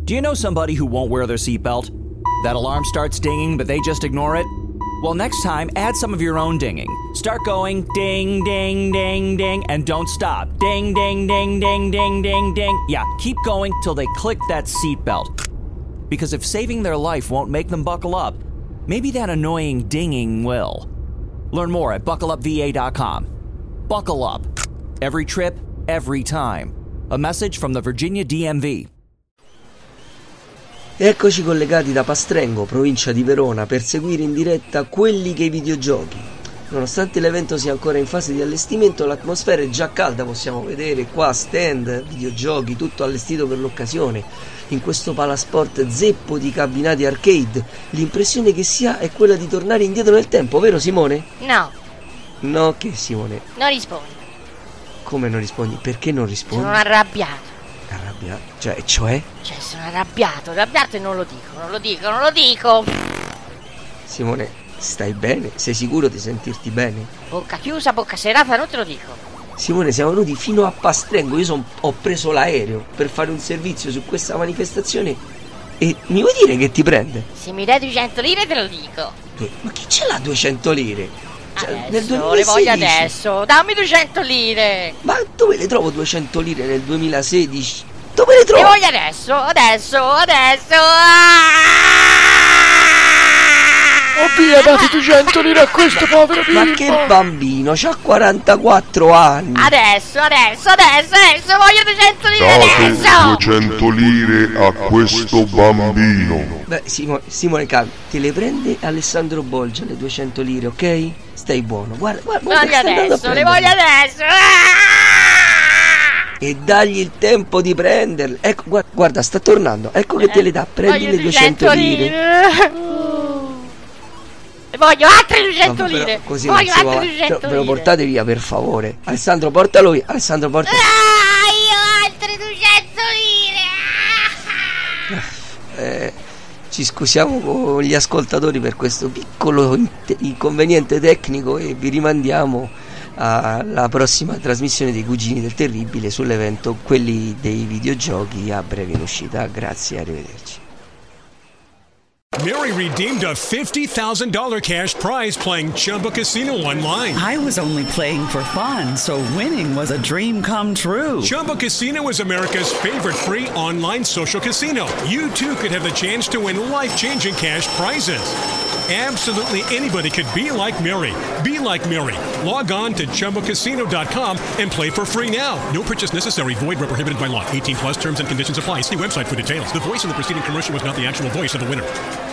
Do you know somebody who won't wear their seatbelt? That alarm starts dinging, but they just ignore it? Well, next time, add some of your own dinging. Start going ding, ding, ding, ding, and don't stop. Ding, ding, ding, ding, ding, ding, ding. Yeah, keep going till they click that seatbelt. Because if saving their life won't make them buckle up, maybe that annoying dinging will. Learn more at buckleupva.com. Buckle up. Every trip, every time. A message from the Virginia DMV. Eccoci collegati da Pastrengo, provincia di Verona, per seguire in diretta quelli che i videogiochi. Nonostante l'evento sia ancora in fase di allestimento, l'atmosfera è già calda, possiamo vedere qua stand, videogiochi, tutto allestito per l'occasione. In questo palasport zeppo di cabinati arcade, l'impressione che si ha è quella di tornare indietro nel tempo, vero Simone? No. No, che Simone? Non rispondi. Come non rispondi? Perché non rispondi? Sono arrabbiato. Arrabbiato? Cioè? Cioè, sono arrabbiato e non lo dico. Simone, stai bene? Sei sicuro di sentirti bene? Bocca chiusa, bocca serrata, non te lo dico. Simone, siamo venuti fino a Pastrengo, ho preso l'aereo per fare un servizio su questa manifestazione e mi vuoi dire che ti prende? Se mi dai 200 lire te lo dico. Ma chi ce l'ha 200 lire? Cioè, adesso, nel 2016. le voglio adesso, dammi 200 lire. Ma dove le trovo 200 lire nel 2016? Dove le trovo? Le voglio adesso. Oh via, date 200 lire a questo povero bimbo. Ma che bambino, c'ha 44 anni. Adesso, voglio 200 lire Date adesso. 200 lire a questo bambino. Beh, Simone calma, te le prende Alessandro Bolgia le 200 lire, ok? Stai buono, guarda che sta andando a Le voglio adesso. E dagli il tempo di prenderle. Ecco, guarda, sta tornando. Ecco che te le dà, prendi le 200 lire. Voglio altre 200 Vabbè, lire. Così Voglio altre va. 200 Ve lo lire. portate via, per favore. Alessandro, portalo via. Alessandro, portalo. Io altre 200 lire. Ci scusiamo con gli ascoltatori per questo piccolo inconveniente tecnico e vi rimandiamo alla prossima trasmissione dei Cugini del Terribile sull'evento quelli dei videogiochi a breve in uscita. Grazie, arrivederci. Mary redeemed a $50,000 cash prize playing Chumba Casino online. I was only playing for fun, so winning was a dream come true. Chumba Casino is America's favorite free online social casino. You too could have the chance to win life-changing cash prizes. Absolutely anybody could be like Mary. Be like Mary. Log on to ChumbaCasino.com and play for free now. No purchase necessary. Void where prohibited by law. 18 plus terms and conditions apply. See website for details. The voice in the preceding commercial was not the actual voice of the winner.